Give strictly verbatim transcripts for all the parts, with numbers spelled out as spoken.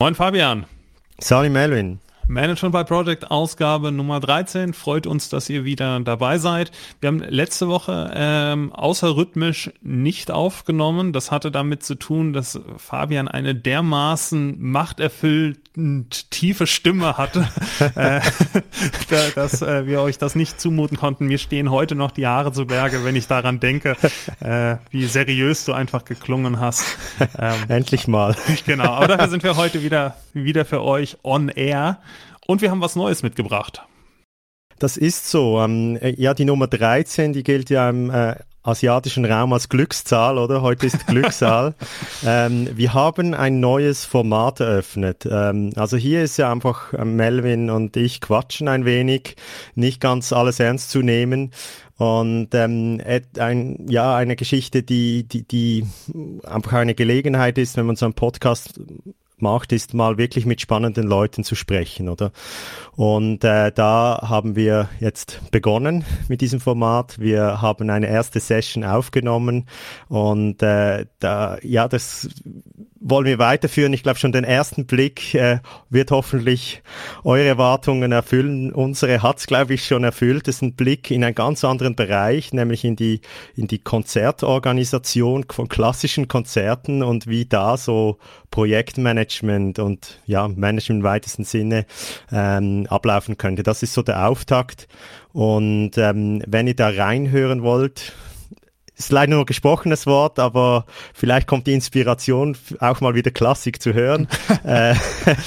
Moin Fabian. Salut Melvin. Management by Project Ausgabe Nummer dreizehn. Freut uns, dass ihr wieder dabei seid. Wir haben letzte Woche ähm, außerrhythmisch nicht aufgenommen. Das hatte damit zu tun, dass Fabian eine dermaßen machterfüllend tiefe Stimme hatte, äh, da, dass äh, wir euch das nicht zumuten konnten. Mir stehen heute noch die Haare zu Berge, wenn ich daran denke, äh, wie seriös du einfach geklungen hast. Ähm, Endlich mal. Genau, aber dafür sind wir heute wieder, wieder für euch on air. Und wir haben was Neues mitgebracht. Das ist so. Ähm, ja, die Nummer dreizehn, die gilt ja im äh, asiatischen Raum als Glückszahl, oder? Heute ist Glückszahl. ähm, wir haben ein neues Format eröffnet. Ähm, also hier ist ja einfach äh, Melvin und ich quatschen ein wenig, nicht ganz alles ernst zu nehmen. Und ähm, ein, ja, eine Geschichte, die, die, die einfach eine Gelegenheit ist, wenn man so einen Podcast macht, ist mal wirklich mit spannenden Leuten zu sprechen, oder? Und äh, da haben wir jetzt begonnen mit diesem Format. Wir haben eine erste Session aufgenommen und äh, da, ja, das wollen wir weiterführen. Ich glaube, schon den ersten Blick äh, wird hoffentlich eure Erwartungen erfüllen. Unsere hat's, glaube ich, schon erfüllt. Das ist ein Blick in einen ganz anderen Bereich, nämlich in die in die Konzertorganisation von klassischen Konzerten und wie da so Projektmanagement und ja Management im weitesten Sinne ähm, ablaufen könnte. Das ist so der Auftakt. Und ähm, wenn ihr da reinhören wollt, ist leider nur gesprochenes Wort, aber vielleicht kommt die Inspiration, auch mal wieder Klassik zu hören. äh,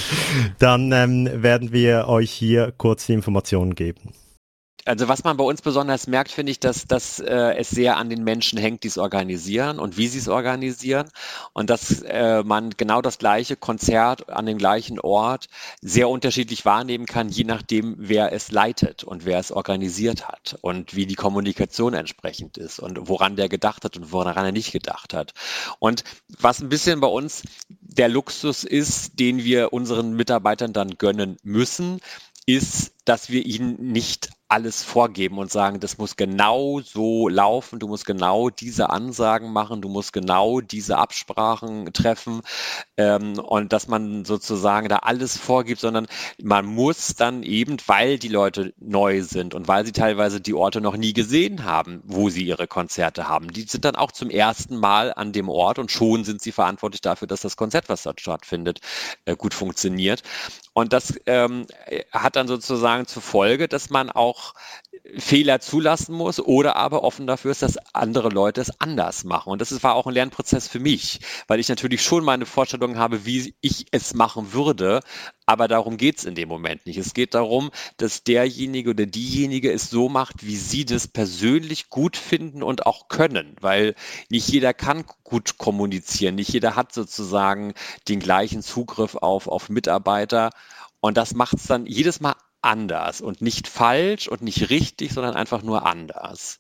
dann ähm, werden wir euch hier kurz die Informationen geben. Also was man bei uns besonders merkt, finde ich, dass, dass äh, es sehr an den Menschen hängt, die es organisieren und wie sie es organisieren und dass äh, man genau das gleiche Konzert an dem gleichen Ort sehr unterschiedlich wahrnehmen kann, je nachdem, wer es leitet und wer es organisiert hat und wie die Kommunikation entsprechend ist und woran der gedacht hat und woran er nicht gedacht hat. Und was ein bisschen bei uns der Luxus ist, den wir unseren Mitarbeitern dann gönnen müssen, ist, dass wir ihnen nicht alles vorgeben und sagen, das muss genau so laufen, du musst genau diese Ansagen machen, du musst genau diese Absprachen treffen ähm, und dass man sozusagen da alles vorgibt, sondern man muss dann eben, weil die Leute neu sind und weil sie teilweise die Orte noch nie gesehen haben, wo sie ihre Konzerte haben, die sind dann auch zum ersten Mal an dem Ort und schon sind sie verantwortlich dafür, dass das Konzert, was dort stattfindet, äh, gut funktioniert. Und das ähm, hat dann sozusagen zur Folge, dass man auch Fehler zulassen muss oder aber offen dafür ist, dass andere Leute es anders machen. Und das war auch ein Lernprozess für mich, weil ich natürlich schon meine Vorstellungen habe, wie ich es machen würde, aber darum geht es in dem Moment nicht. Es geht darum, dass derjenige oder diejenige es so macht, wie sie das persönlich gut finden und auch können, weil nicht jeder kann gut kommunizieren, nicht jeder hat sozusagen den gleichen Zugriff auf, auf Mitarbeiter und das macht es dann jedes Mal anders und nicht falsch und nicht richtig, sondern einfach nur anders.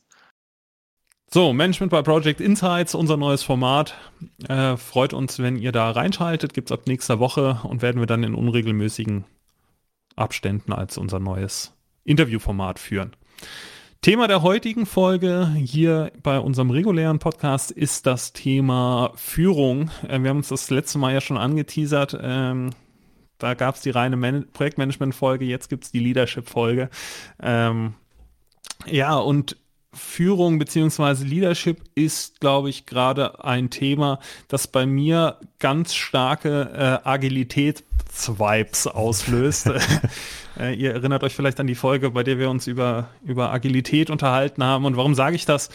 So, Management by Project Insights, unser neues Format. Äh, freut uns, wenn ihr da reinschaltet. Gibt es ab nächster Woche und werden wir dann in unregelmäßigen Abständen als unser neues Interviewformat führen. Thema der heutigen Folge hier bei unserem regulären Podcast ist das Thema Führung. Äh, wir haben uns das letzte Mal ja schon angeteasert. Ähm, Da gab es die reine Man- Projektmanagement-Folge, jetzt gibt es die Leadership-Folge. Ähm, ja, und Führung bzw. Leadership ist, glaube ich, gerade ein Thema, das bei mir ganz starke äh, Agilitäts-Vibes auslöst. äh, ihr erinnert euch vielleicht an die Folge, bei der wir uns über, über Agilität unterhalten haben. Und warum sage ich das?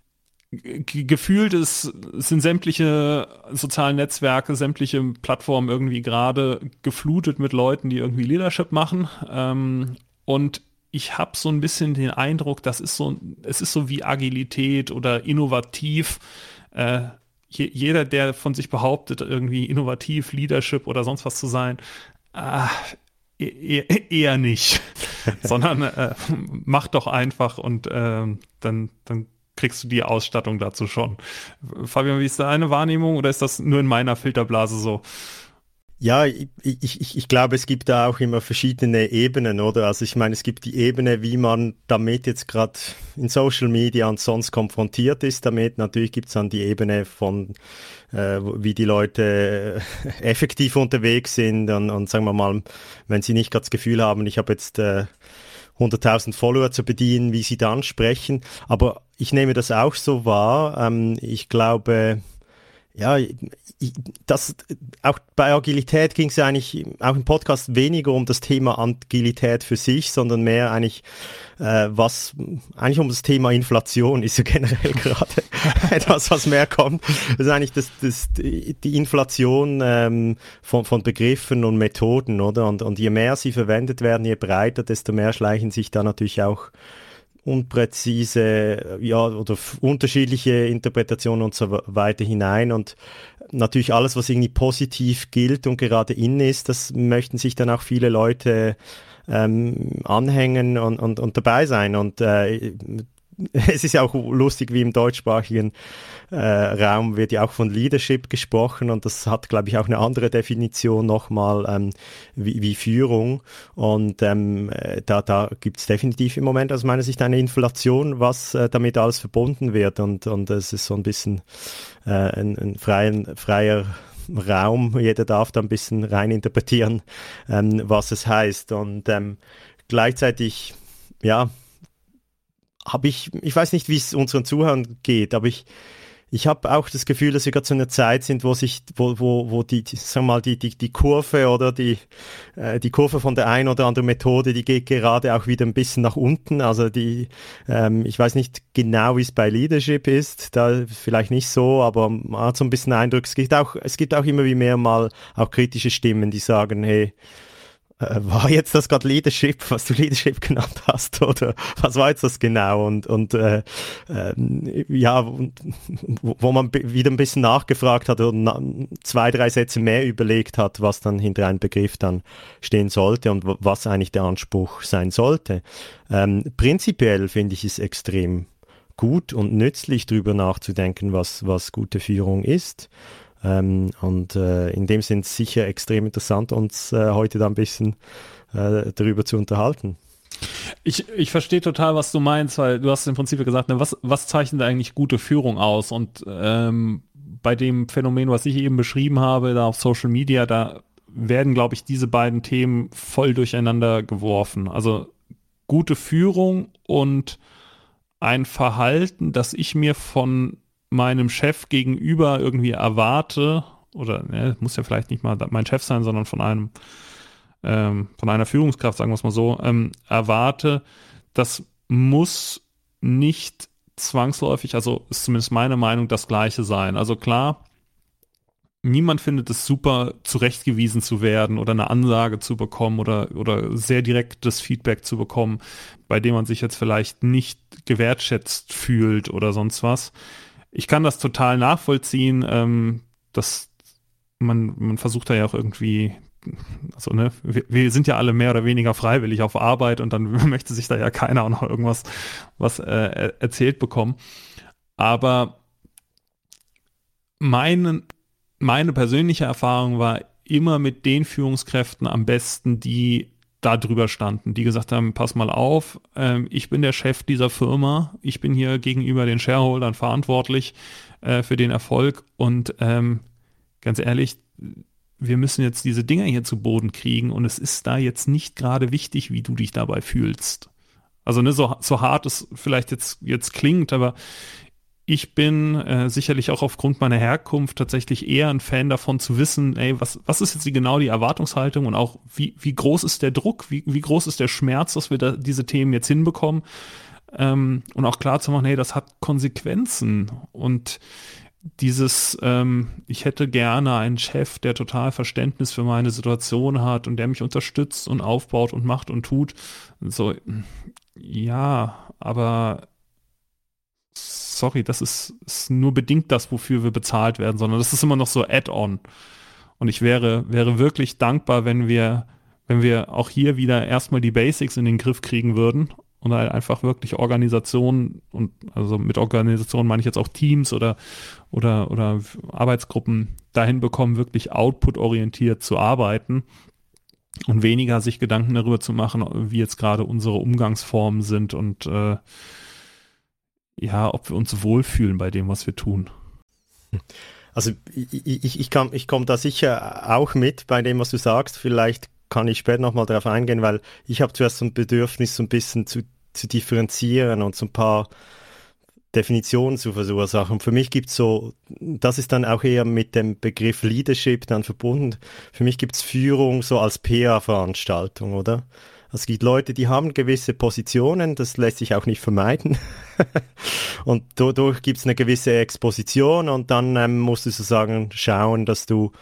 Gefühlt ist, sind sämtliche sozialen Netzwerke, sämtliche Plattformen irgendwie gerade geflutet mit Leuten, die irgendwie Leadership machen. Ähm, und ich habe so ein bisschen den Eindruck, das ist so, es ist so wie Agilität oder innovativ. Äh, je, jeder, der von sich behauptet, irgendwie innovativ, Leadership oder sonst was zu sein, äh, eher, eher nicht, sondern äh, mach doch einfach und äh, dann, dann kriegst du die Ausstattung dazu schon. Fabian, wie ist deine Wahrnehmung oder ist das nur in meiner Filterblase so? Ja, ich, ich, ich glaube, es gibt da auch immer verschiedene Ebenen, oder? Also ich meine, es gibt die Ebene, wie man damit jetzt gerade in Social Media und sonst konfrontiert ist damit. Natürlich gibt es dann die Ebene von, äh, wie die Leute äh, effektiv unterwegs sind und, und sagen wir mal, wenn sie nicht gerade das Gefühl haben, ich habe jetzt äh, hunderttausend Follower zu bedienen, wie sie dann sprechen. Aber ich nehme das auch so wahr. Ähm, ich glaube, ja, ich, das, auch bei Agilität ging es ja eigentlich auch im Podcast weniger um das Thema Agilität für sich, sondern mehr eigentlich äh, was eigentlich um das Thema Inflation ist ja generell gerade etwas, was mehr kommt. Das ist eigentlich das, das, die Inflation ähm, von, von Begriffen und Methoden, oder? Und, und je mehr sie verwendet werden, je breiter, desto mehr schleichen sich da natürlich auch unpräzise, ja, oder unterschiedliche Interpretationen und so weiter hinein. Und natürlich alles, was irgendwie positiv gilt und gerade in ist, das möchten sich dann auch viele Leute ähm, anhängen und, und, und dabei sein. Und äh, es ist ja auch lustig, wie im deutschsprachigen äh, Raum wird ja auch von Leadership gesprochen und das hat, glaube ich, auch eine andere Definition nochmal ähm, wie, wie Führung. Und ähm, da, da gibt es definitiv im Moment aus meiner Sicht eine Inflation, was äh, damit alles verbunden wird. Und, und es ist so ein bisschen äh, ein, ein freien, freier Raum. Jeder darf da ein bisschen reininterpretieren, ähm, was es heißt. Und ähm, gleichzeitig, ja, habe ich, ich weiß nicht, wie es unseren Zuhörern geht, aber ich, ich habe auch das Gefühl, dass wir gerade zu einer Zeit sind, wo sich, wo, wo, wo die, die sagen wir mal, die, die, die Kurve oder die, äh, die Kurve von der einen oder anderen Methode, die geht gerade auch wieder ein bisschen nach unten. Also die, ähm, ich weiß nicht genau, wie es bei Leadership ist, da vielleicht nicht so, aber man hat so ein bisschen Eindruck, es gibt auch, es gibt auch immer wie mehr mal auch kritische Stimmen, die sagen, hey, war jetzt das gerade Leadership, was du Leadership genannt hast, oder was war jetzt das genau? Und, und äh, äh, ja, wo, wo man wieder ein bisschen nachgefragt hat und na, zwei, drei Sätze mehr überlegt hat, was dann hinter einem Begriff dann stehen sollte und was eigentlich der Anspruch sein sollte. Ähm, prinzipiell finde ich es extrem gut und nützlich, darüber nachzudenken, was, was gute Führung ist. Ähm, und äh, in dem Sinn sicher extrem interessant, uns äh, heute da ein bisschen äh, darüber zu unterhalten. Ich, ich verstehe total, was du meinst, weil du hast im Prinzip gesagt, ne, was, was zeichnet eigentlich gute Führung aus? Und ähm, bei dem Phänomen, was ich eben beschrieben habe, da auf Social Media, da werden, glaube ich, diese beiden Themen voll durcheinander geworfen. Also gute Führung und ein Verhalten, das ich mir von meinem Chef gegenüber irgendwie erwarte, oder ne, muss ja vielleicht nicht mal mein Chef sein, sondern von einem, ähm, von einer Führungskraft, sagen wir es mal so, ähm, erwarte, das muss nicht zwangsläufig, also ist zumindest meine Meinung, das Gleiche sein. Also klar, niemand findet es super, zurechtgewiesen zu werden oder eine Ansage zu bekommen oder, oder sehr direktes Feedback zu bekommen, bei dem man sich jetzt vielleicht nicht gewertschätzt fühlt oder sonst was. Ich kann das total nachvollziehen, ähm, dass man, man versucht da ja auch irgendwie, also ne, wir, wir sind ja alle mehr oder weniger freiwillig auf Arbeit und dann möchte sich da ja keiner auch noch irgendwas was äh, erzählt bekommen. Aber meine, meine persönliche Erfahrung war immer mit den Führungskräften am besten, die da drüber standen, die gesagt haben, pass mal auf, ähm, ich bin der Chef dieser Firma, ich bin hier gegenüber den Shareholdern verantwortlich äh, für den Erfolg und ähm, ganz ehrlich, wir müssen jetzt diese Dinger hier zu Boden kriegen und es ist da jetzt nicht gerade wichtig, wie du dich dabei fühlst. Also ne, so, so hart es vielleicht jetzt, jetzt klingt, aber ich bin äh, sicherlich auch aufgrund meiner Herkunft tatsächlich eher ein Fan davon zu wissen, ey, was, was ist jetzt die, genau die Erwartungshaltung und auch wie, wie groß ist der Druck, wie, wie groß ist der Schmerz, dass wir da diese Themen jetzt hinbekommen ähm, und auch klar zu machen, hey, das hat Konsequenzen und dieses, ähm, ich hätte gerne einen Chef, der total Verständnis für meine Situation hat und der mich unterstützt und aufbaut und macht und tut. So, ja, aber sorry, das ist, ist nur bedingt das, wofür wir bezahlt werden, sondern das ist immer noch so Add-on. Und ich wäre, wäre wirklich dankbar, wenn wir, wenn wir auch hier wieder erstmal die Basics in den Griff kriegen würden und halt einfach wirklich Organisationen, und also mit Organisationen meine ich jetzt auch Teams oder, oder, oder Arbeitsgruppen dahin bekommen, wirklich output-orientiert zu arbeiten und weniger sich Gedanken darüber zu machen, wie jetzt gerade unsere Umgangsformen sind und äh, ja, ob wir uns wohlfühlen bei dem, was wir tun. Also ich, ich, ich, kann, ich komme da sicher auch mit bei dem, was du sagst. Vielleicht kann ich später nochmal darauf eingehen, weil ich habe zuerst so ein Bedürfnis, so ein bisschen zu, zu differenzieren und so ein paar Definitionen zu verursachen. Für mich gibt es so, das ist dann auch eher mit dem Begriff Leadership dann verbunden. Für mich gibt es Führung so als P R-Veranstaltung, oder? Also es gibt Leute, die haben gewisse Positionen, das lässt sich auch nicht vermeiden. Und dadurch gibt es eine gewisse Exposition und dann ähm, musst du sozusagen schauen, dass du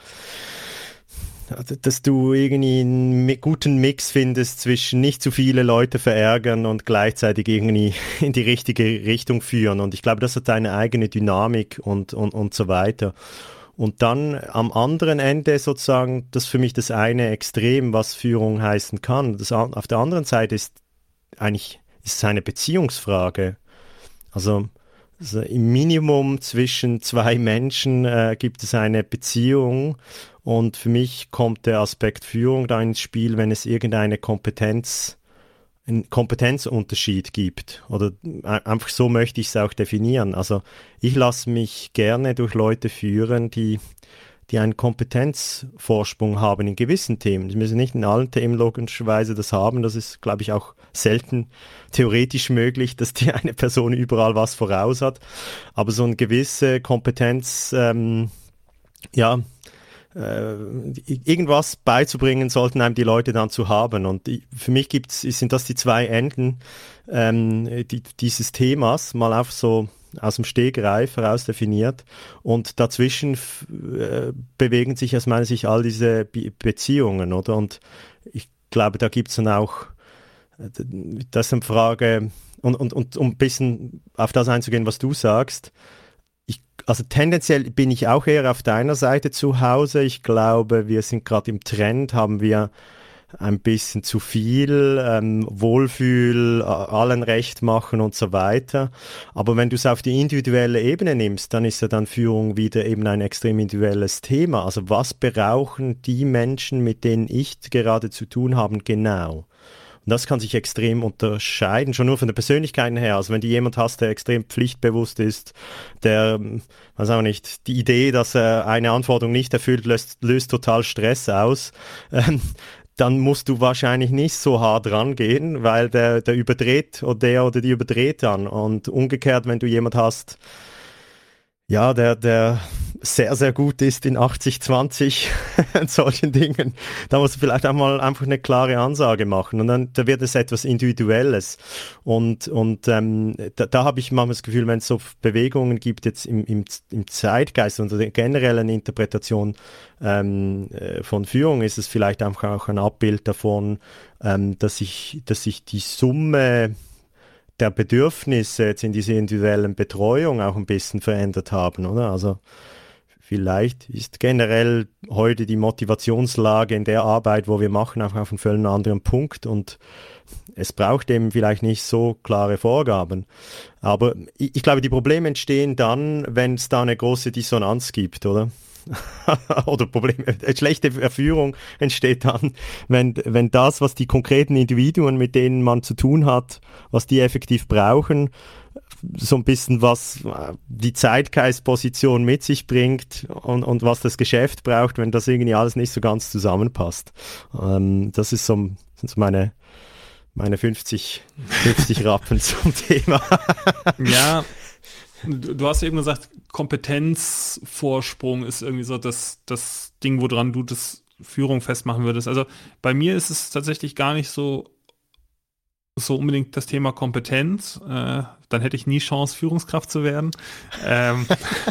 dass du irgendwie einen guten Mix findest zwischen nicht zu viele Leute verärgern und gleichzeitig irgendwie in die richtige Richtung führen. Und ich glaube, das hat eine eigene Dynamik und, und, und so weiter. Und dann am anderen Ende sozusagen, das ist für mich das eine Extrem, was Führung heißen kann. Das, auf der anderen Seite ist eigentlich ist es eine Beziehungsfrage. Also, also im Minimum zwischen zwei Menschen äh, gibt es eine Beziehung. Und für mich kommt der Aspekt Führung da ins Spiel, wenn es irgendeine Kompetenz, einen Kompetenzunterschied gibt. Oder einfach so möchte ich es auch definieren. Also ich lasse mich gerne durch Leute führen, die, die einen Kompetenzvorsprung haben in gewissen Themen. Sie müssen nicht in allen Themen logischerweise das haben. Das ist, glaube ich, auch selten theoretisch möglich, dass die eine Person überall was voraus hat. Aber so eine gewisse Kompetenz, ähm, ja, irgendwas beizubringen, sollten einem die Leute dann zu haben. Und für mich gibt's, sind das die zwei Enden ähm, die, dieses Themas, mal auf so aus dem Stegreif heraus definiert. Und dazwischen äh, bewegen sich aus meiner Sicht all diese Be- Beziehungen, oder? Und ich glaube, da gibt's dann auch, das ist eine Frage, und, und, und um ein bisschen auf das einzugehen, was du sagst. Also tendenziell bin ich auch eher auf deiner Seite zu Hause. Ich glaube, wir sind gerade im Trend, haben wir ein bisschen zu viel ähm, Wohlfühl, allen recht machen und so weiter. Aber wenn du es auf die individuelle Ebene nimmst, dann ist ja dann Führung wieder eben ein extrem individuelles Thema. Also was brauchen die Menschen, mit denen ich gerade zu tun habe, genau? Und das kann sich extrem unterscheiden, schon nur von der Persönlichkeit her. Also wenn du jemand hast, der extrem pflichtbewusst ist, der, weiß auch nicht, die Idee, dass er eine Anforderung nicht erfüllt, löst, löst total Stress aus, ähm, dann musst du wahrscheinlich nicht so hart rangehen, weil der, der überdreht oder der oder die überdreht dann. Und umgekehrt, wenn du jemand hast, ja, der, der sehr, sehr gut ist in achtzig zwanzig und solchen Dingen, da musst du vielleicht auch mal einfach eine klare Ansage machen und dann da wird es etwas Individuelles. Und, und ähm, da, da habe ich manchmal das Gefühl, wenn es so Bewegungen gibt jetzt im, im, im Zeitgeist und der generellen Interpretation ähm, von Führung, ist es vielleicht einfach auch ein Abbild davon, ähm, dass sich dass sich die Summe der Bedürfnisse jetzt in dieser individuellen Betreuung auch ein bisschen verändert haben, oder? Also vielleicht ist generell heute die Motivationslage in der Arbeit, wo wir machen, einfach auf einem völlig anderen Punkt und es braucht eben vielleicht nicht so klare Vorgaben. Aber ich, ich glaube, die Probleme entstehen dann, wenn es da eine große Dissonanz gibt, oder? Oder Probleme, eine schlechte Führung entsteht dann, wenn, wenn das, was die konkreten Individuen, mit denen man zu tun hat, was die effektiv brauchen, so ein bisschen was die Zeitgeistposition mit sich bringt und, und was das Geschäft braucht, wenn das irgendwie alles nicht so ganz zusammenpasst. Ähm, das ist so, sind so meine, meine fünfzig, fünfzig Rappen zum Thema. Ja, du hast eben gesagt, Kompetenzvorsprung ist irgendwie so das, das Ding, woran du das Führung festmachen würdest. Also bei mir ist es tatsächlich gar nicht so, so unbedingt das Thema Kompetenz. Äh, dann hätte ich nie Chance, Führungskraft zu werden. ähm,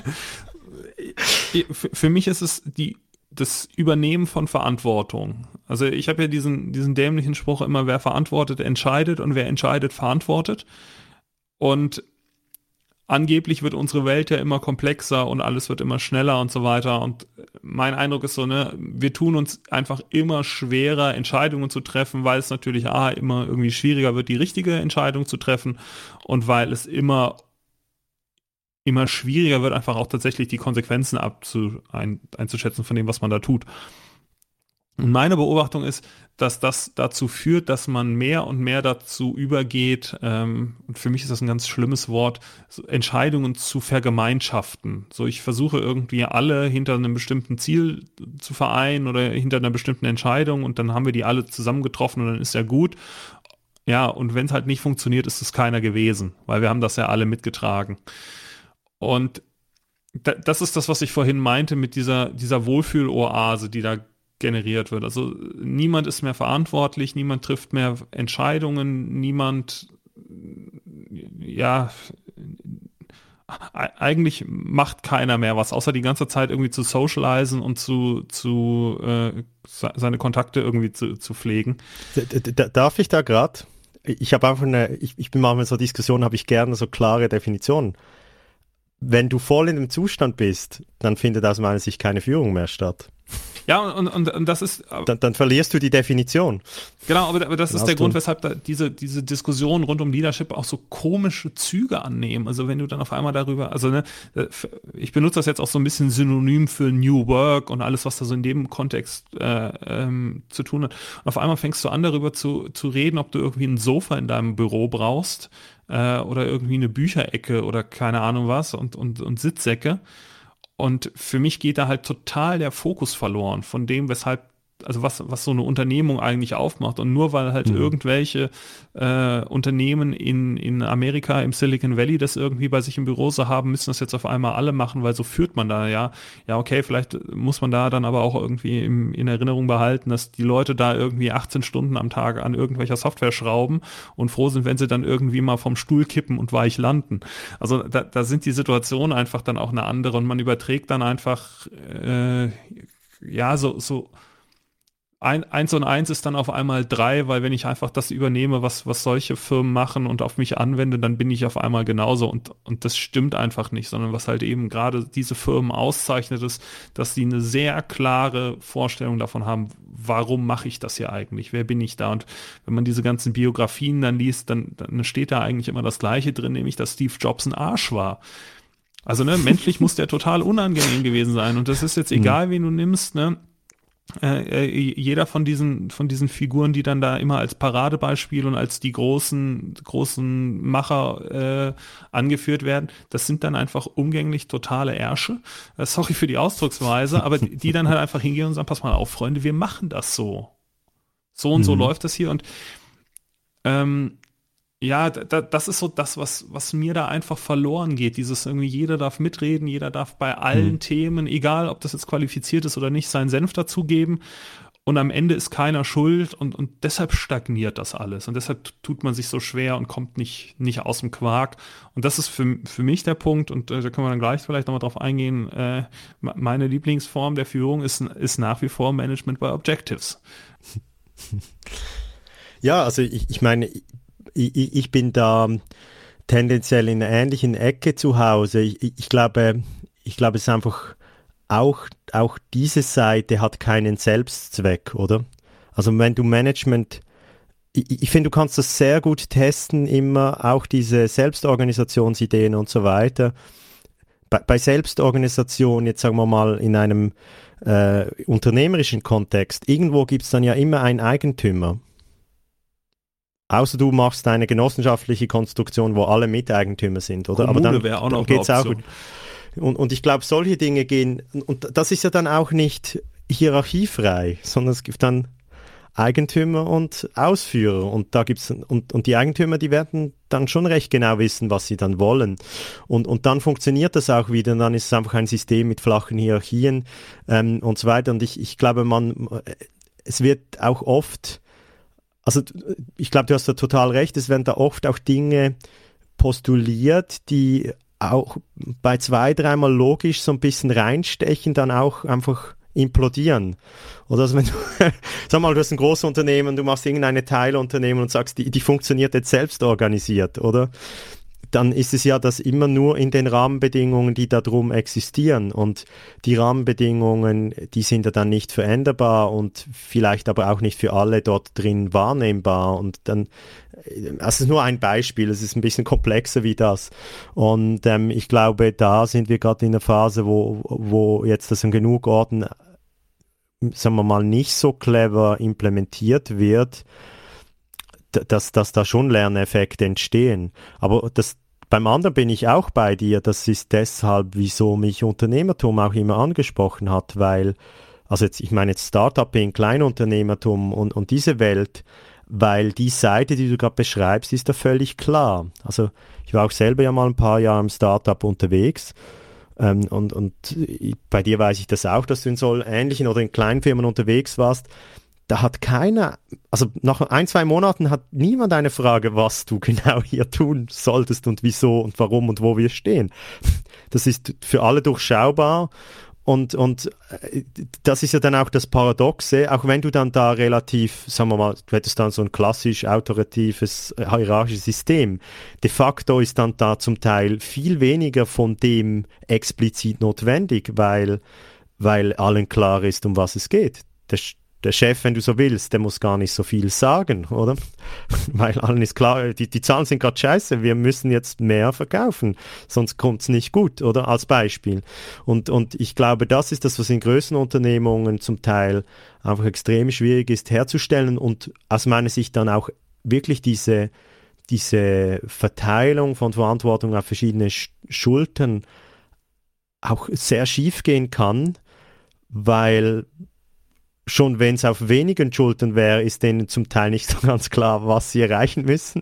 für, für mich ist es die, das Übernehmen von Verantwortung. Also ich habe ja diesen, diesen dämlichen Spruch immer, wer verantwortet, entscheidet und wer entscheidet, verantwortet. Und angeblich wird unsere Welt ja immer komplexer und alles wird immer schneller und so weiter. Und mein Eindruck ist so, ne, wir tun uns einfach immer schwerer, Entscheidungen zu treffen, weil es natürlich A, immer irgendwie schwieriger wird, die richtige Entscheidung zu treffen und weil es immer immer schwieriger wird, einfach auch tatsächlich die Konsequenzen abzu, ein, einzuschätzen von dem, was man da tut. Und meine Beobachtung ist, dass das dazu führt, dass man mehr und mehr dazu übergeht, ähm, und für mich ist das ein ganz schlimmes Wort, so Entscheidungen zu vergemeinschaften. So, ich versuche irgendwie alle hinter einem bestimmten Ziel zu vereinen oder hinter einer bestimmten Entscheidung und dann haben wir die alle zusammen getroffen und dann ist ja gut. Ja, und wenn es halt nicht funktioniert, ist es keiner gewesen, weil wir haben das ja alle mitgetragen. Und da, das ist das, was ich vorhin meinte mit dieser, dieser Wohlfühloase, die da generiert wird. Also niemand ist mehr verantwortlich, niemand trifft mehr Entscheidungen, niemand, ja, eigentlich macht keiner mehr was, außer die ganze Zeit irgendwie zu socialisen und zu, zu äh, seine Kontakte irgendwie zu, zu pflegen. Darf ich da gerade? Ich habe einfach eine, ich, ich bin manchmal in so Diskussionen, habe ich gerne so klare Definitionen. Wenn du voll in dem Zustand bist, dann findet aus meiner Sicht keine Führung mehr statt. Ja, und, und, und das ist... Dann, dann verlierst du die Definition. Genau, aber, aber das dann ist der du... Grund, weshalb da diese, diese Diskussionen rund um Leadership auch so komische Züge annehmen. Also wenn du dann auf einmal darüber... Also ne, ich benutze das jetzt auch so ein bisschen synonym für New Work und alles, was da so in dem Kontext äh, ähm, zu tun hat. Und auf einmal fängst du an, darüber zu, zu reden, ob du irgendwie ein Sofa in deinem Büro brauchst äh, oder irgendwie eine Bücherecke oder keine Ahnung was und, und, und Sitzsäcke. Und für mich geht da halt total der Fokus verloren von dem, weshalb, also was, was so eine Unternehmung eigentlich aufmacht. Und nur weil halt mhm. irgendwelche äh, Unternehmen in, in Amerika, im Silicon Valley, das irgendwie bei sich im Büro so haben, müssen das jetzt auf einmal alle machen, weil so führt man da, ja. Ja, okay, vielleicht muss man da dann aber auch irgendwie im, in Erinnerung behalten, dass die Leute da irgendwie achtzehn Stunden am Tag an irgendwelcher Software schrauben und froh sind, wenn sie dann irgendwie mal vom Stuhl kippen und weich landen. Also da, da sind die Situationen einfach dann auch eine andere und man überträgt dann einfach, äh, ja, so, so, Ein, eins und eins ist dann auf einmal drei, weil wenn ich einfach das übernehme, was, was solche Firmen machen und auf mich anwende, dann bin ich auf einmal genauso und, und das stimmt einfach nicht, sondern was halt eben gerade diese Firmen auszeichnet ist, dass sie eine sehr klare Vorstellung davon haben, warum mache ich das hier eigentlich, wer bin ich da und wenn man diese ganzen Biografien dann liest, dann, dann steht da eigentlich immer das Gleiche drin, nämlich, dass Steve Jobs ein Arsch war. Also ne, menschlich muss der total unangenehm gewesen sein und das ist jetzt egal, mhm. wen du nimmst, ne, Äh, jeder von diesen von diesen Figuren, die dann da immer als Paradebeispiel und als die großen großen Macher äh, angeführt werden, das sind dann einfach umgänglich totale Ärsche. Äh, sorry für die Ausdrucksweise, aber die, die dann halt einfach hingehen und sagen, pass mal auf, Freunde, wir machen das so. So und mhm. so läuft das hier und ähm, ja, da, das ist so das, was, was mir da einfach verloren geht. Dieses irgendwie, jeder darf mitreden, jeder darf bei allen mhm. Themen, egal ob das jetzt qualifiziert ist oder nicht, seinen Senf dazugeben. Und am Ende ist keiner schuld und, und deshalb stagniert das alles. Und deshalb tut man sich so schwer und kommt nicht, nicht aus dem Quark. Und das ist für, für mich der Punkt, und äh, da können wir dann gleich vielleicht nochmal drauf eingehen, äh, meine Lieblingsform der Führung ist, ist nach wie vor Management by Objectives. Ja, also ich, ich meine, Ich, ich bin da tendenziell in einer ähnlichen Ecke zu Hause. Ich, ich glaube, ich glaube, es ist einfach auch, auch diese Seite hat keinen Selbstzweck, oder? Also wenn du Management, ich, ich finde, du kannst das sehr gut testen, immer auch diese Selbstorganisationsideen und so weiter. Bei, bei Selbstorganisation, jetzt sagen wir mal in einem äh, unternehmerischen Kontext, irgendwo gibt es dann ja immer einen Eigentümer. Außer du machst eine genossenschaftliche Konstruktion, wo alle Miteigentümer sind, oder? Kommune aber dann, wäre auch dann noch geht's eine auch Option. gut. Und, und ich glaube, solche Dinge gehen, und das ist ja dann auch nicht hierarchiefrei, sondern es gibt dann Eigentümer und Ausführer und da gibt's und, und die Eigentümer, die werden dann schon recht genau wissen, was sie dann wollen. Und, und dann funktioniert das auch wieder, und dann ist es einfach ein System mit flachen Hierarchien ähm, und so weiter. Und ich, ich glaube, man, es wird auch oft, also ich glaube, du hast da total recht, es werden da oft auch Dinge postuliert, die auch bei zwei, dreimal logisch so ein bisschen reinstechen, dann auch einfach implodieren. Oder also wenn du, sag mal, du hast ein großes Unternehmen, du machst irgendeine Teilunternehmen und sagst, die, die funktioniert jetzt selbst organisiert, oder? dann ist es ja das immer nur in den Rahmenbedingungen, die darum existieren. Und die Rahmenbedingungen, die sind ja dann nicht veränderbar und vielleicht aber auch nicht für alle dort drin wahrnehmbar. Und dann, das ist nur ein Beispiel, es ist ein bisschen komplexer wie das. Und ähm, ich glaube, da sind wir gerade in einer Phase, wo, wo jetzt das an genug Orten, sagen wir mal, nicht so clever implementiert wird, dass, dass da schon Lerneffekte entstehen. Aber das, beim anderen bin ich auch bei dir. Das ist deshalb, wieso mich Unternehmertum auch immer angesprochen hat, weil, also jetzt, ich meine jetzt Startup-Ing, Kleinunternehmertum und, und diese Welt, weil die Seite, die du gerade beschreibst, ist da völlig klar. Also ich war auch selber ja mal ein paar Jahre im Startup unterwegs. Ähm, und, und bei dir weiß ich das auch, dass du in so ähnlichen oder in kleinen Firmen unterwegs warst. Da hat keiner, also nach ein, zwei Monaten hat niemand eine Frage, was du genau hier tun solltest und wieso und warum und wo wir stehen. Das ist für alle durchschaubar und, und das ist ja dann auch das Paradoxe, auch wenn du dann da relativ, sagen wir mal, du hättest dann so ein klassisch autoratives, hierarchisches System. De facto ist dann da zum Teil viel weniger von dem explizit notwendig, weil, weil allen klar ist, um was es geht. Das Der Chef, wenn du so willst, der muss gar nicht so viel sagen, oder? Weil allen ist klar, die, die Zahlen sind gerade scheiße, wir müssen jetzt mehr verkaufen, sonst kommt es nicht gut, oder? Als Beispiel. Und, und ich glaube, das ist das, was in größeren Unternehmungen zum Teil einfach extrem schwierig ist herzustellen und aus meiner Sicht dann auch wirklich diese, diese Verteilung von Verantwortung auf verschiedene Sch- Schultern auch sehr schief gehen kann, weil schon wenn es auf wenigen Schultern wäre, ist denen zum Teil nicht so ganz klar, was sie erreichen müssen.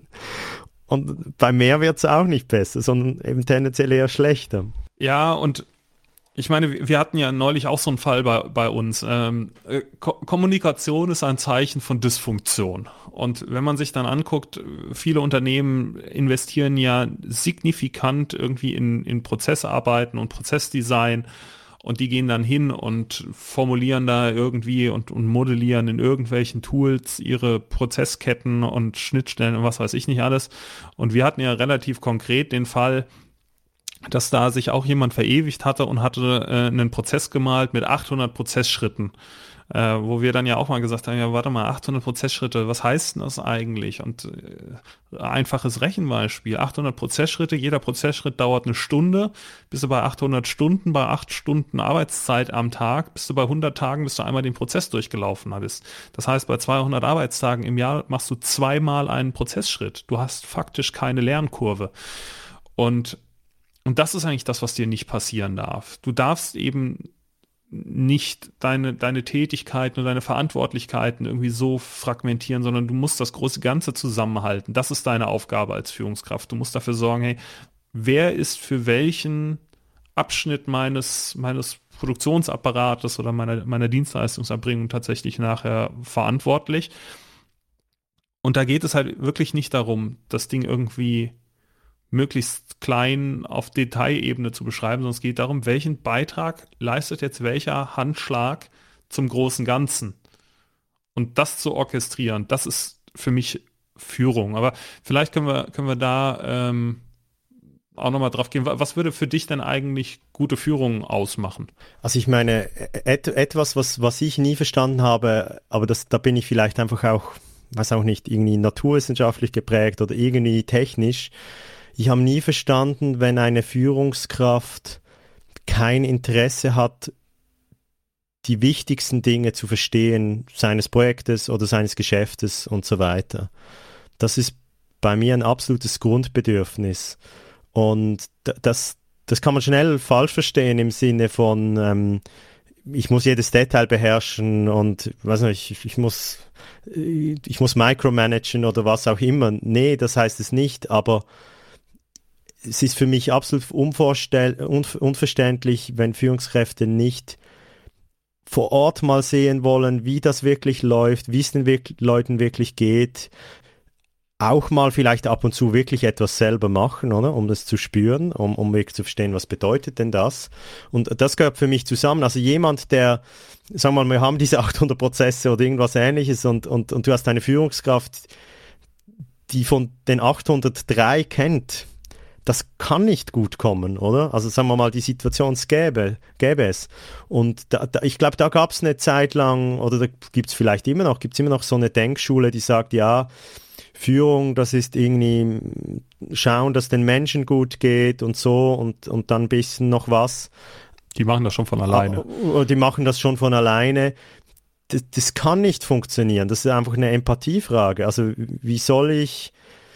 Und bei mehr wird es auch nicht besser, sondern eben tendenziell eher schlechter. Ja, und ich meine, wir hatten ja neulich auch so einen Fall bei, bei uns. Ähm, Ko- Kommunikation ist ein Zeichen von Dysfunktion. Und wenn man sich dann anguckt, viele Unternehmen investieren ja signifikant irgendwie in, in Prozessarbeiten und Prozessdesign. Und die gehen dann hin und formulieren da irgendwie und, und modellieren in irgendwelchen Tools ihre Prozessketten und Schnittstellen und was weiß ich nicht alles. Und wir hatten ja relativ konkret den Fall, dass da sich auch jemand verewigt hatte und hatte äh, einen Prozess gemalt mit achthundert Prozessschritten. Äh, wo wir dann ja auch mal gesagt haben, ja warte mal, achthundert Prozessschritte, was heißt denn das eigentlich? Und äh, einfaches Rechenbeispiel, achthundert Prozessschritte, jeder Prozessschritt dauert eine Stunde, bist du bei achthundert Stunden, bei acht Stunden Arbeitszeit am Tag, bist du bei hundert Tagen, bis du einmal den Prozess durchgelaufen bist. Das heißt, bei zweihundert Arbeitstagen im Jahr machst du zweimal einen Prozessschritt. Du hast faktisch keine Lernkurve. Und, und das ist eigentlich das, was dir nicht passieren darf. Du darfst eben nicht deine, deine Tätigkeiten und deine Verantwortlichkeiten irgendwie so fragmentieren, sondern du musst das große Ganze zusammenhalten. Das ist deine Aufgabe als Führungskraft. Du musst dafür sorgen, hey, wer ist für welchen Abschnitt meines, meines Produktionsapparates oder meiner, meiner Dienstleistungserbringung tatsächlich nachher verantwortlich? Und da geht es halt wirklich nicht darum, das Ding irgendwie möglichst klein auf Detailebene zu beschreiben, sondern es geht darum, welchen Beitrag leistet jetzt welcher Handschlag zum großen Ganzen. Und das zu orchestrieren, das ist für mich Führung. Aber vielleicht können wir, können wir da ähm, auch nochmal drauf gehen. Was würde für dich denn eigentlich gute Führung ausmachen? Also ich meine, et- etwas, was, was ich nie verstanden habe, aber das, da bin ich vielleicht einfach auch, weiß auch nicht, irgendwie naturwissenschaftlich geprägt oder irgendwie technisch. Ich habe nie verstanden, wenn eine Führungskraft kein Interesse hat, die wichtigsten Dinge zu verstehen, seines Projektes oder seines Geschäftes und so weiter. Das ist bei mir ein absolutes Grundbedürfnis. Und das, das kann man schnell falsch verstehen im Sinne von, ähm, ich muss jedes Detail beherrschen und weiß nicht, ich, ich muss, ich muss micromanagen oder was auch immer. Nee, das heißt es nicht, aber es ist für mich absolut unvorstell- unver- unverständlich, wenn Führungskräfte nicht vor Ort mal sehen wollen, wie das wirklich läuft, wie es den wirk- Leuten wirklich geht. Auch mal vielleicht ab und zu wirklich etwas selber machen, oder? Um das zu spüren, um, um wirklich zu verstehen, was bedeutet denn das. Und das gehört für mich zusammen. Also jemand, der, sagen wir mal, wir haben diese achthundert Prozesse oder irgendwas Ähnliches und, und, und du hast eine Führungskraft, die von den achthundertdrei kennt, das kann nicht gut kommen, oder? Also sagen wir mal, die Situation gäbe, gäbe es. Und da, da, ich glaube, da gab es eine Zeit lang, oder da gibt es vielleicht immer noch, gibt es immer noch so eine Denkschule, die sagt, ja, Führung, das ist irgendwie schauen, dass den Menschen gut geht und so und, und dann ein bisschen noch was. Die machen das schon von alleine. Die machen das schon von alleine. Das, das kann nicht funktionieren. Das ist einfach eine Empathiefrage. Also wie soll ich,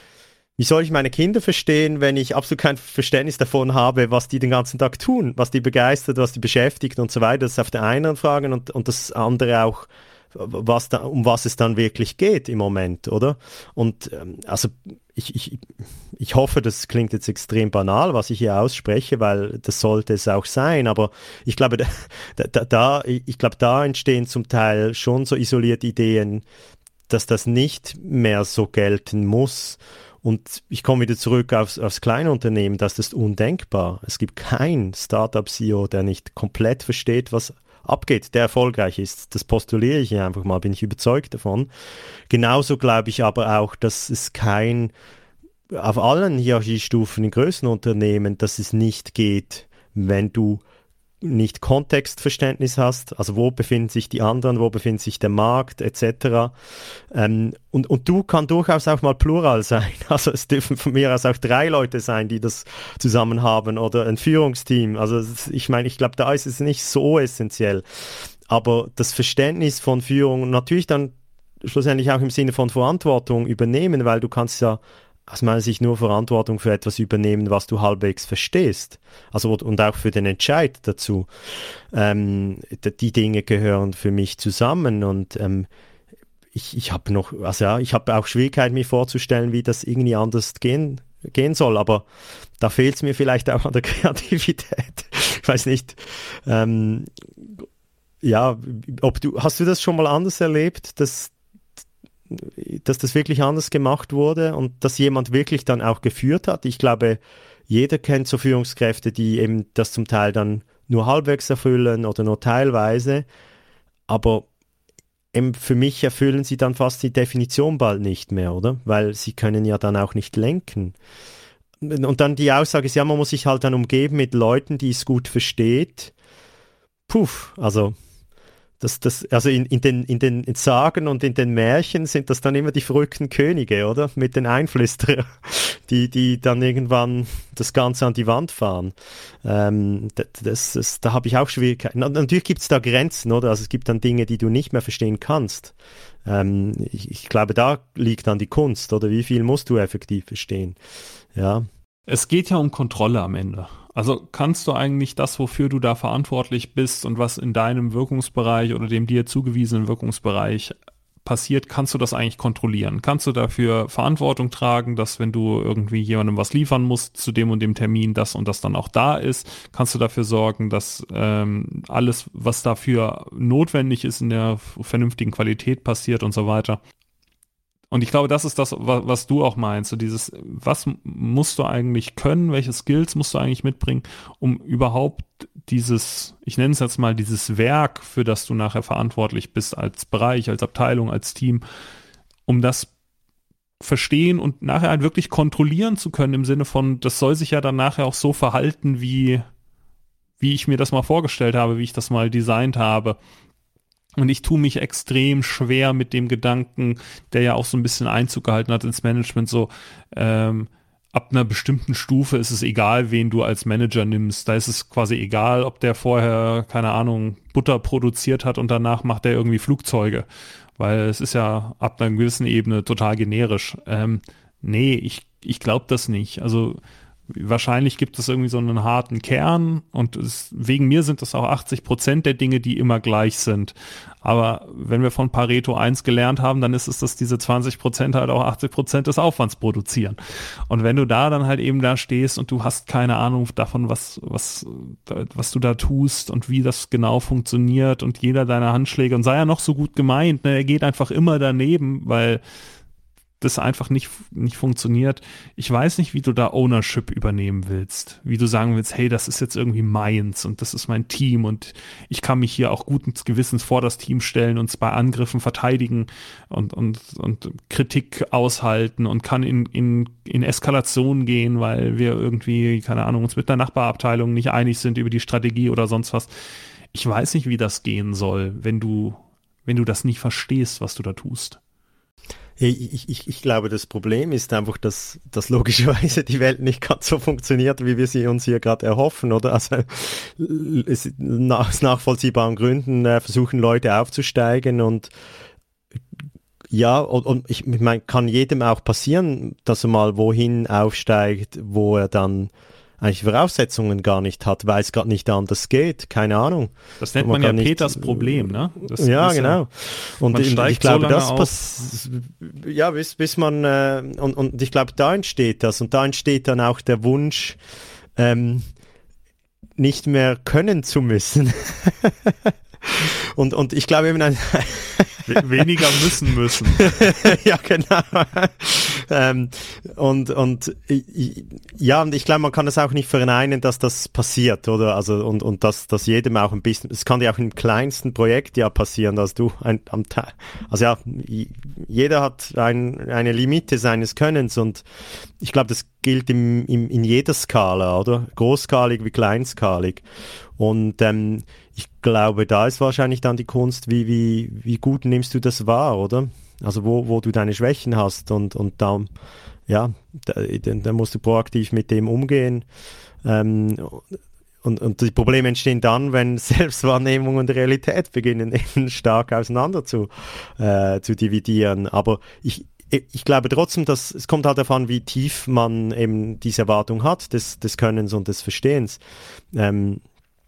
wie soll ich meine Kinder verstehen, wenn ich absolut kein Verständnis davon habe, was die den ganzen Tag tun, was die begeistert, was die beschäftigt und so weiter. Das ist auf der einen Frage und, und das andere auch, was da, um was es dann wirklich geht im Moment, oder? Und ähm, also ich, ich, ich hoffe, das klingt jetzt extrem banal, was ich hier ausspreche, weil das sollte es auch sein, aber ich glaube, da, da, da, ich glaube, da entstehen zum Teil schon so isolierte Ideen, dass das nicht mehr so gelten muss. Und ich komme wieder zurück aufs, aufs Kleinunternehmen, das ist undenkbar. Es gibt kein Startup-C E O, der nicht komplett versteht, was abgeht, der erfolgreich ist. Das postuliere ich hier einfach mal, bin ich überzeugt davon. Genauso glaube ich aber auch, dass es kein, auf allen Hierarchiestufen in größeren Unternehmen, dass es nicht geht, wenn du nicht Kontextverständnis hast, also wo befinden sich die anderen, wo befindet sich der Markt et cetera. Ähm, und, und du kann durchaus auch mal plural sein, also es dürfen von mir aus auch drei Leute sein, die das zusammen haben oder ein Führungsteam, also ich meine, ich glaube, da ist es nicht so essentiell, aber das Verständnis von Führung natürlich dann schlussendlich auch im Sinne von Verantwortung übernehmen, weil du kannst ja aus meiner Sicht nur Verantwortung für etwas übernehmen, was du halbwegs verstehst. Also und auch für den Entscheid dazu. Ähm, die Dinge gehören für mich zusammen und ähm, ich, ich habe noch, also ja, ich habe auch Schwierigkeiten, mir vorzustellen, wie das irgendwie anders gehen, gehen soll, aber da fehlt es mir vielleicht auch an der Kreativität. Ich weiß nicht, ähm, ja, ob du, hast du das schon mal anders erlebt, dass dass das wirklich anders gemacht wurde und dass jemand wirklich dann auch geführt hat. Ich glaube, jeder kennt so Führungskräfte, die eben das zum Teil dann nur halbwegs erfüllen oder nur teilweise, aber eben für mich erfüllen sie dann fast die Definition bald nicht mehr, oder? Weil sie können ja dann auch nicht lenken. Und dann die Aussage ist, ja, man muss sich halt dann umgeben mit Leuten, die es gut versteht. Puh, also Das, das, also in, in, den, in den Sagen und in den Märchen sind das dann immer die verrückten Könige, oder? Mit den Einflüsterern, die, die dann irgendwann das Ganze an die Wand fahren. Ähm, das, das, da habe ich auch Schwierigkeiten. Natürlich gibt es da Grenzen, oder? Also es gibt dann Dinge, die du nicht mehr verstehen kannst. Ähm, ich, ich glaube, da liegt dann die Kunst, oder? Wie viel musst du effektiv verstehen? Ja. Es geht ja um Kontrolle am Ende. Also kannst du eigentlich das, wofür du da verantwortlich bist und was in deinem Wirkungsbereich oder dem dir zugewiesenen Wirkungsbereich passiert, kannst du das eigentlich kontrollieren? Kannst du dafür Verantwortung tragen, dass wenn du irgendwie jemandem was liefern musst zu dem und dem Termin, das und das dann auch da ist? Kannst du dafür sorgen, dass ähm, alles, was dafür notwendig ist, in der vernünftigen Qualität passiert und so weiter? Und ich glaube, das ist das, was, was du auch meinst. So dieses, was musst du eigentlich können, welche Skills musst du eigentlich mitbringen, um überhaupt dieses, ich nenne es jetzt mal, dieses Werk, für das du nachher verantwortlich bist, als Bereich, als Abteilung, als Team, um das verstehen und nachher halt wirklich kontrollieren zu können, im Sinne von, das soll sich ja dann nachher auch so verhalten, wie, wie ich mir das mal vorgestellt habe, wie ich das mal designt habe. Und ich tue mich extrem schwer mit dem Gedanken, der ja auch so ein bisschen Einzug gehalten hat ins Management, so ähm, ab einer bestimmten Stufe ist es egal, wen du als Manager nimmst. Da ist es quasi egal, ob der vorher, keine Ahnung, Butter produziert hat und danach macht er irgendwie Flugzeuge. Weil es ist ja ab einer gewissen Ebene total generisch. Ähm, nee, ich, ich glaube das nicht. Also wahrscheinlich gibt es irgendwie so einen harten Kern und es, wegen mir sind das auch achtzig Prozent der Dinge, die immer gleich sind. Aber wenn wir von Pareto eins gelernt haben, dann ist es, dass diese zwanzig Prozent halt auch achtzig Prozent des Aufwands produzieren. Und wenn du da dann halt eben da stehst und du hast keine Ahnung davon, was, was, was du da tust und wie das genau funktioniert und jeder deiner Handschläge, und sei ja noch so gut gemeint, ne, er geht einfach immer daneben, weil das einfach nicht, nicht funktioniert. Ich weiß nicht, wie du da Ownership übernehmen willst. Wie du sagen willst, hey, das ist jetzt irgendwie meins und das ist mein Team und ich kann mich hier auch guten Gewissens vor das Team stellen und es bei Angriffen verteidigen und, und, und Kritik aushalten und kann in, in, in Eskalation gehen, weil wir irgendwie, keine Ahnung, uns mit der Nachbarabteilung nicht einig sind über die Strategie oder sonst was. Ich weiß nicht, wie das gehen soll, wenn du, wenn du das nicht verstehst, was du da tust. Ich, ich, ich glaube, das Problem ist einfach, dass, dass logischerweise die Welt nicht ganz so funktioniert, wie wir sie uns hier gerade erhoffen, oder? Also es, aus nachvollziehbaren Gründen äh, versuchen Leute aufzusteigen und ja, und, und ich, ich meine, kann jedem auch passieren, dass er mal wohin aufsteigt, wo er dann eigentlich Voraussetzungen gar nicht hat, weil es gerade nicht anders geht, keine Ahnung. Das nennt man, man ja nicht, Peters Problem, ne? Das ja, genau. Und man ich, steigt ich glaube, so lange das pass- ja, bis, bis man äh, und, und ich glaube, da entsteht das und da entsteht dann auch der Wunsch, ähm, nicht mehr können zu müssen. und, und ich glaube eben ein weniger müssen müssen. Ja, genau. ähm, und, und ja, und ich glaube, man kann das auch nicht verneinen, dass das passiert, oder? Also, und, und dass, dass jedem auch ein bisschen, es kann ja auch im kleinsten Projekt ja passieren, dass du ein, am Tag, also ja, jeder hat ein, eine Limite seines Könnens und ich glaube, das gilt im, im, in jeder Skala, oder? Großskalig wie kleinskalig. Und ähm, ich glaube, da ist wahrscheinlich dann die Kunst, wie, wie, wie gut nimmst du das wahr, oder? Also wo, wo du deine Schwächen hast und, und da, ja, da, da musst du proaktiv mit dem umgehen. Ähm, und, und die Probleme entstehen dann, wenn Selbstwahrnehmung und Realität beginnen eben stark auseinander zu, äh, zu dividieren. Aber ich, ich glaube trotzdem, dass es kommt halt davon, wie tief man eben diese Erwartung hat, des, des Könnens und des Verstehens. Ähm,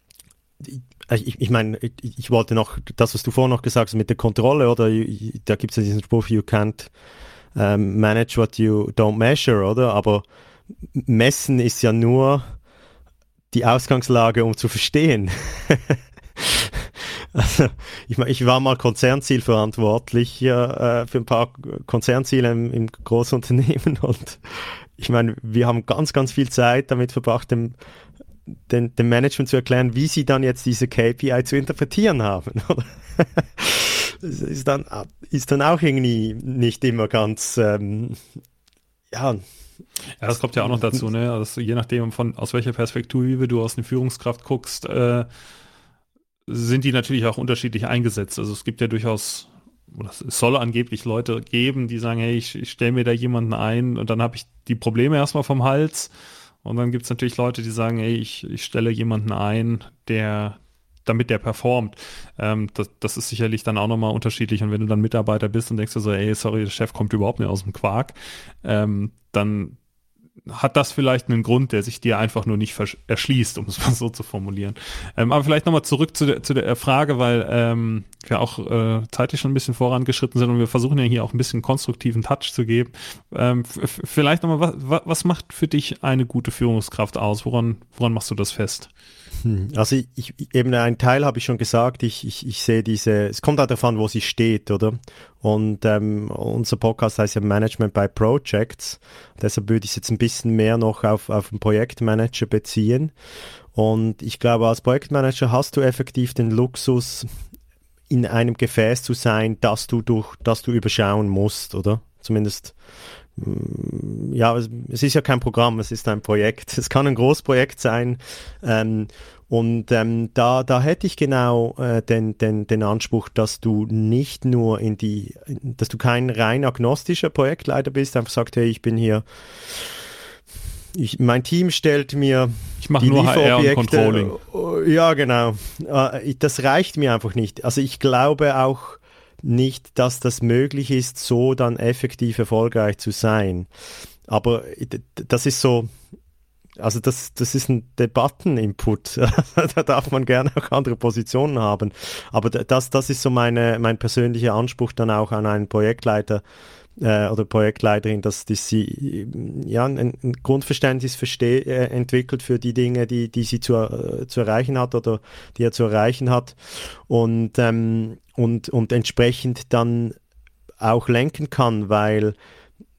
Ich, ich meine, ich, ich wollte noch, das, was du vorhin noch gesagt hast mit der Kontrolle, oder? Da gibt es ja diesen Spruch, you can't um, manage what you don't measure, oder? Aber messen ist ja nur die Ausgangslage, um zu verstehen. Also, ich, ich war mal Konzernzielverantwortlich äh, für ein paar Konzernziele im, im Großunternehmen und ich meine, wir haben ganz, ganz viel Zeit damit verbracht, dem Den, dem Management zu erklären, wie sie dann jetzt diese K P I zu interpretieren haben. Das ist dann, ist dann auch irgendwie nicht immer ganz, ähm, ja. Ja, das kommt ja auch noch dazu, ne? Also je nachdem, von aus welcher Perspektive du aus einer Führungskraft guckst, äh, sind die natürlich auch unterschiedlich eingesetzt. Also es gibt ja durchaus, oder es soll angeblich Leute geben, die sagen, hey, ich, ich stelle mir da jemanden ein und dann habe ich die Probleme erstmal vom Hals. Und dann gibt es natürlich Leute, die sagen, ey, ich, ich stelle jemanden ein, der, damit der performt. Ähm, das, das ist sicherlich dann auch nochmal unterschiedlich. Und wenn du dann Mitarbeiter bist und denkst dir so, ey, sorry, der Chef kommt überhaupt nicht aus dem Quark, ähm, dann hat das vielleicht einen Grund, der sich dir einfach nur nicht erschließt, um es mal so zu formulieren. Ähm, aber vielleicht nochmal zurück zu der, zu der Frage, weil ähm, wir auch äh, zeitlich schon ein bisschen vorangeschritten sind und wir versuchen ja hier auch ein bisschen konstruktiven Touch zu geben. Ähm, f- vielleicht nochmal, was, was macht für dich eine gute Führungskraft aus? Woran, woran machst du das fest? Also ich, ich, eben einen Teil habe ich schon gesagt, ich, ich, ich sehe diese, es kommt halt davon, wo sie steht, oder? Und ähm, unser Podcast heißt ja Management by Projects, deshalb würde ich es jetzt ein bisschen mehr noch auf, auf den Projektmanager beziehen. Und ich glaube, als Projektmanager hast du effektiv den Luxus, in einem Gefäß zu sein, das du durch, das du überschauen musst, oder? Zumindest ja, es ist ja kein Programm, es ist ein Projekt. Es kann ein Großprojekt sein. Ähm, und ähm, da, da hätte ich genau äh, den, den, den Anspruch, dass du nicht nur in die, dass du kein rein agnostischer Projektleiter bist, einfach sagt, hey, ich bin hier, ich, mein Team stellt mir ich mache nur H R und Controlling. Ja, genau. Äh, das reicht mir einfach nicht. Also ich glaube auch nicht, dass das möglich ist, so dann effektiv erfolgreich zu sein. Aber das ist so, also das, das ist ein Debatteninput. Da darf man gerne auch andere Positionen haben. Aber das, das ist so meine, mein persönlicher Anspruch dann auch an einen Projektleiter äh, oder Projektleiterin, dass, dass sie ja, ein, ein Grundverständnis verste- äh, entwickelt für die Dinge, die, die sie zu, äh, zu erreichen hat oder die er zu erreichen hat. Und ähm, Und, und entsprechend dann auch lenken kann, weil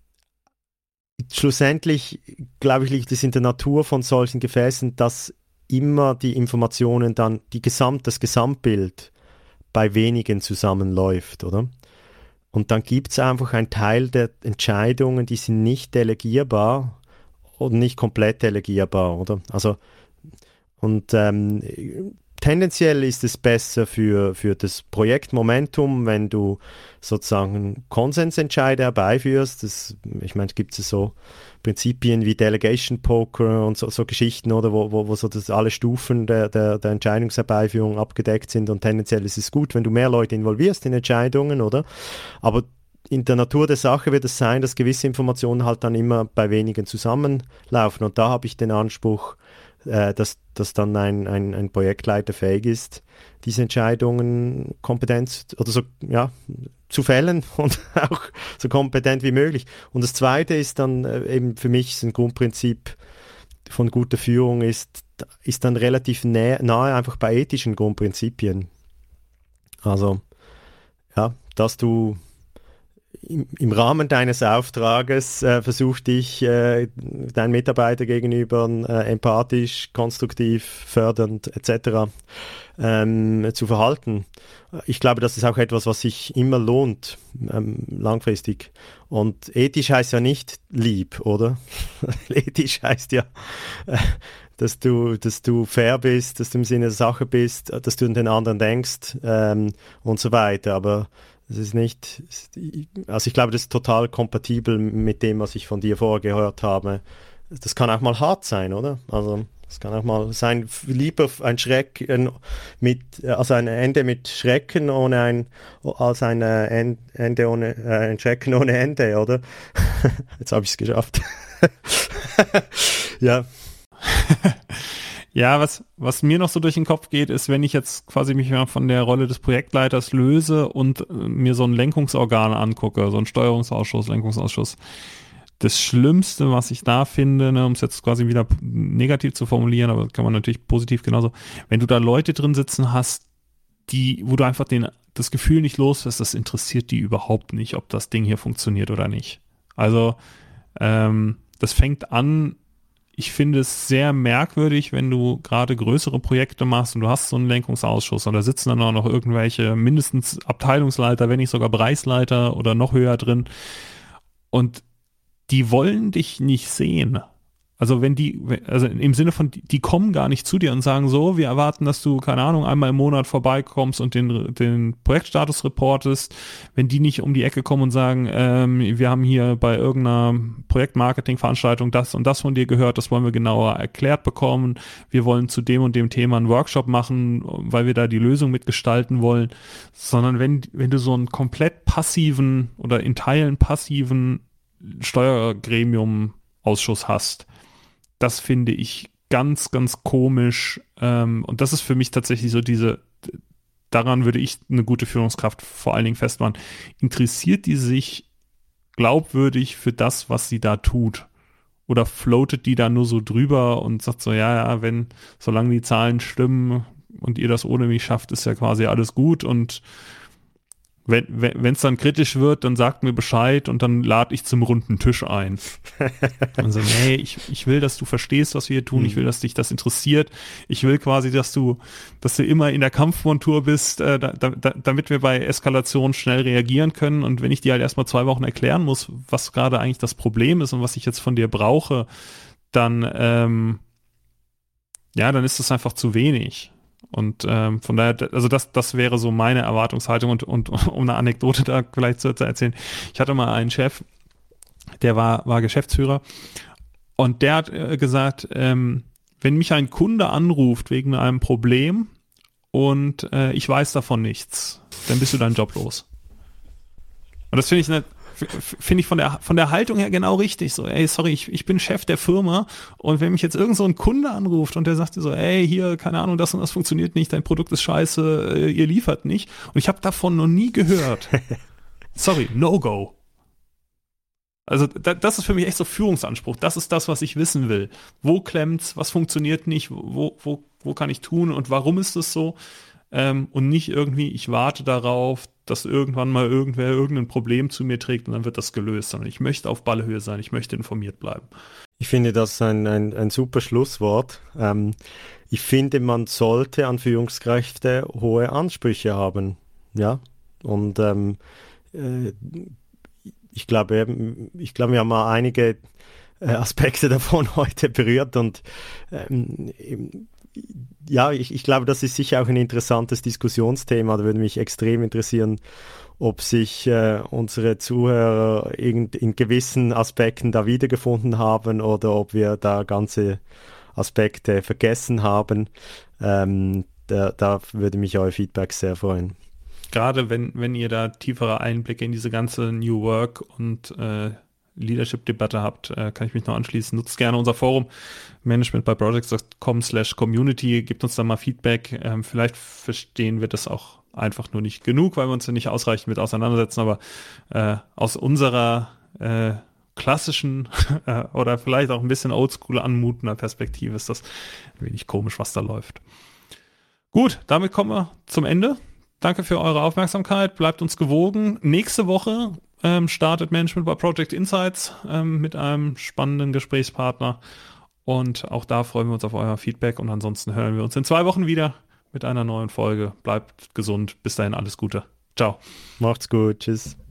schlussendlich, glaube ich, liegt es in der Natur von solchen Gefäßen, dass immer die Informationen dann, die Gesamt, das Gesamtbild bei wenigen zusammenläuft, oder? Und dann gibt es einfach einen Teil der Entscheidungen, die sind nicht delegierbar oder nicht komplett delegierbar, oder? Also, und ähm, tendenziell ist es besser für, für das Projektmomentum, wenn du sozusagen Konsensentscheide herbeiführst. Das, ich meine, es gibt so Prinzipien wie Delegation Poker und so, so Geschichten, oder, wo, wo, wo so das alle Stufen der, der, der Entscheidungsherbeiführung abgedeckt sind, und tendenziell ist es gut, wenn du mehr Leute involvierst in Entscheidungen, oder? Aber in der Natur der Sache wird es sein, dass gewisse Informationen halt dann immer bei wenigen zusammenlaufen, und da habe ich den Anspruch, Dass, dass dann ein, ein, ein Projektleiter fähig ist, diese Entscheidungen kompetent oder so, ja, zu fällen und auch so kompetent wie möglich. Und das Zweite ist dann äh, eben für mich ein Grundprinzip von guter Führung ist, ist dann relativ nahe, nahe einfach bei ethischen Grundprinzipien. Also, ja, dass du Im, im Rahmen deines Auftrages äh, versuch dich äh, deinen Mitarbeiter gegenüber äh, empathisch, konstruktiv, fördernd et cetera ähm, zu verhalten. Ich glaube, das ist auch etwas, was sich immer lohnt, ähm, langfristig. Und ethisch heißt ja nicht lieb, oder? Ethisch heißt ja, äh, dass du, dass du fair bist, dass du im Sinne der Sache bist, dass du an den anderen denkst ähm, und so weiter. Aber es ist nicht, also ich glaube, das ist total kompatibel mit dem, was ich von dir vorher gehört habe. Das kann auch mal hart sein, oder? Also es kann auch mal sein, lieber ein Schreck mit, also ein Ende mit Schrecken ohne ein, als ein Ende ohne, äh, ein Schrecken ohne Ende, oder? Jetzt habe ich es geschafft. Ja. Ja, was, was mir noch so durch den Kopf geht, ist, wenn ich jetzt quasi mich mal von der Rolle des Projektleiters löse und äh, mir so ein Lenkungsorgan angucke, so ein Steuerungsausschuss, Lenkungsausschuss. Das Schlimmste, was ich da finde, ne, um es jetzt quasi wieder negativ zu formulieren, aber kann man natürlich positiv genauso, wenn du da Leute drin sitzen hast, die, wo du einfach den, das Gefühl nicht loslässt, das interessiert die überhaupt nicht, ob das Ding hier funktioniert oder nicht. Also, ähm, das fängt an. Ich finde es sehr merkwürdig, wenn du gerade größere Projekte machst und du hast so einen Lenkungsausschuss und da sitzen dann auch noch irgendwelche mindestens Abteilungsleiter, wenn nicht sogar Bereichsleiter oder noch höher drin, und die wollen dich nicht sehen. Also wenn die, also im Sinne von, die kommen gar nicht zu dir und sagen so, wir erwarten, dass du, keine Ahnung, einmal im Monat vorbeikommst und den, den Projektstatus reportest. Wenn die nicht um die Ecke kommen und sagen, ähm, wir haben hier bei irgendeiner Projektmarketing-Veranstaltung das und das von dir gehört, das wollen wir genauer erklärt bekommen. Wir wollen zu dem und dem Thema einen Workshop machen, weil wir da die Lösung mitgestalten wollen. Sondern wenn, wenn du so einen komplett passiven oder in Teilen passiven Steuergremium-Ausschuss hast, das finde ich ganz, ganz komisch. Ähm, und das ist für mich tatsächlich so diese, daran würde ich eine gute Führungskraft vor allen Dingen festmachen. Interessiert die sich glaubwürdig für das, was sie da tut? Oder floatet die da nur so drüber und sagt so, ja, ja, wenn, solange die Zahlen stimmen und ihr das ohne mich schafft, ist ja quasi alles gut, und Wenn wenn es dann kritisch wird, dann sagt mir Bescheid und dann lade ich zum runden Tisch ein. Also, nee, ich, ich will, dass du verstehst, was wir hier tun. Mhm. Ich will, dass dich das interessiert. Ich will quasi, dass du, dass du immer in der Kampfmontur bist, äh, da, da, damit wir bei Eskalation schnell reagieren können. Und wenn ich dir halt erstmal zwei Wochen erklären muss, was gerade eigentlich das Problem ist und was ich jetzt von dir brauche, dann, ähm, ja, dann ist das einfach zu wenig. Und ähm, von daher, also das, das wäre so meine Erwartungshaltung, und, und um eine Anekdote da vielleicht zu, zu erzählen. Ich hatte mal einen Chef, der war, war Geschäftsführer, und der hat äh, gesagt, ähm, wenn mich ein Kunde anruft wegen einem Problem und äh, ich weiß davon nichts, dann bist du deinen Job los. Und das finde ich eine finde ich von der, von der Haltung her genau richtig. So, ey, sorry, ich, ich bin Chef der Firma, und wenn mich jetzt irgend so ein Kunde anruft und der sagt dir so, ey, hier, keine Ahnung, das und das funktioniert nicht, dein Produkt ist scheiße, ihr liefert nicht, und ich habe davon noch nie gehört. Sorry, no go. Also da, das ist für mich echt so Führungsanspruch. Das ist das, was ich wissen will. Wo klemmt's, was funktioniert nicht, wo, wo, wo kann ich tun und warum ist es so? Ähm, und nicht irgendwie, ich warte darauf, dass irgendwann mal irgendwer irgendein Problem zu mir trägt und dann wird das gelöst, sondern ich möchte auf Ballhöhe sein, ich möchte informiert bleiben. Ich finde das ein, ein, ein super Schlusswort. Ähm, ich finde, man sollte an Führungskräfte hohe Ansprüche haben. Ja, und ähm, äh, ich glaube, ich glaube, wir haben mal einige äh, Aspekte davon heute berührt und ähm, ja, ich, ich glaube, das ist sicher auch ein interessantes Diskussionsthema. Da würde mich extrem interessieren, ob sich äh, unsere Zuhörer in, in gewissen Aspekten da wiedergefunden haben oder ob wir da ganze Aspekte vergessen haben. Ähm, da, da würde mich euer Feedback sehr freuen. Gerade wenn, wenn ihr da tiefere Einblicke in diese ganze New Work und äh, Leadership-Debatte habt, äh, kann ich mich noch anschließen. Nutzt gerne unser Forum management by projects dot com slash community, gebt uns da mal Feedback. Ähm, vielleicht verstehen wir das auch einfach nur nicht genug, weil wir uns da nicht ausreichend mit auseinandersetzen, aber äh, aus unserer äh, klassischen äh, oder vielleicht auch ein bisschen oldschool anmutender Perspektive ist das ein wenig komisch, was da läuft. Gut, damit kommen wir zum Ende. Danke für eure Aufmerksamkeit, bleibt uns gewogen. Nächste Woche ähm, startet Management by Project Insights ähm, mit einem spannenden Gesprächspartner und auch da freuen wir uns auf euer Feedback und ansonsten hören wir uns in zwei Wochen wieder mit einer neuen Folge. Bleibt gesund, bis dahin alles Gute. Ciao. Macht's gut, tschüss.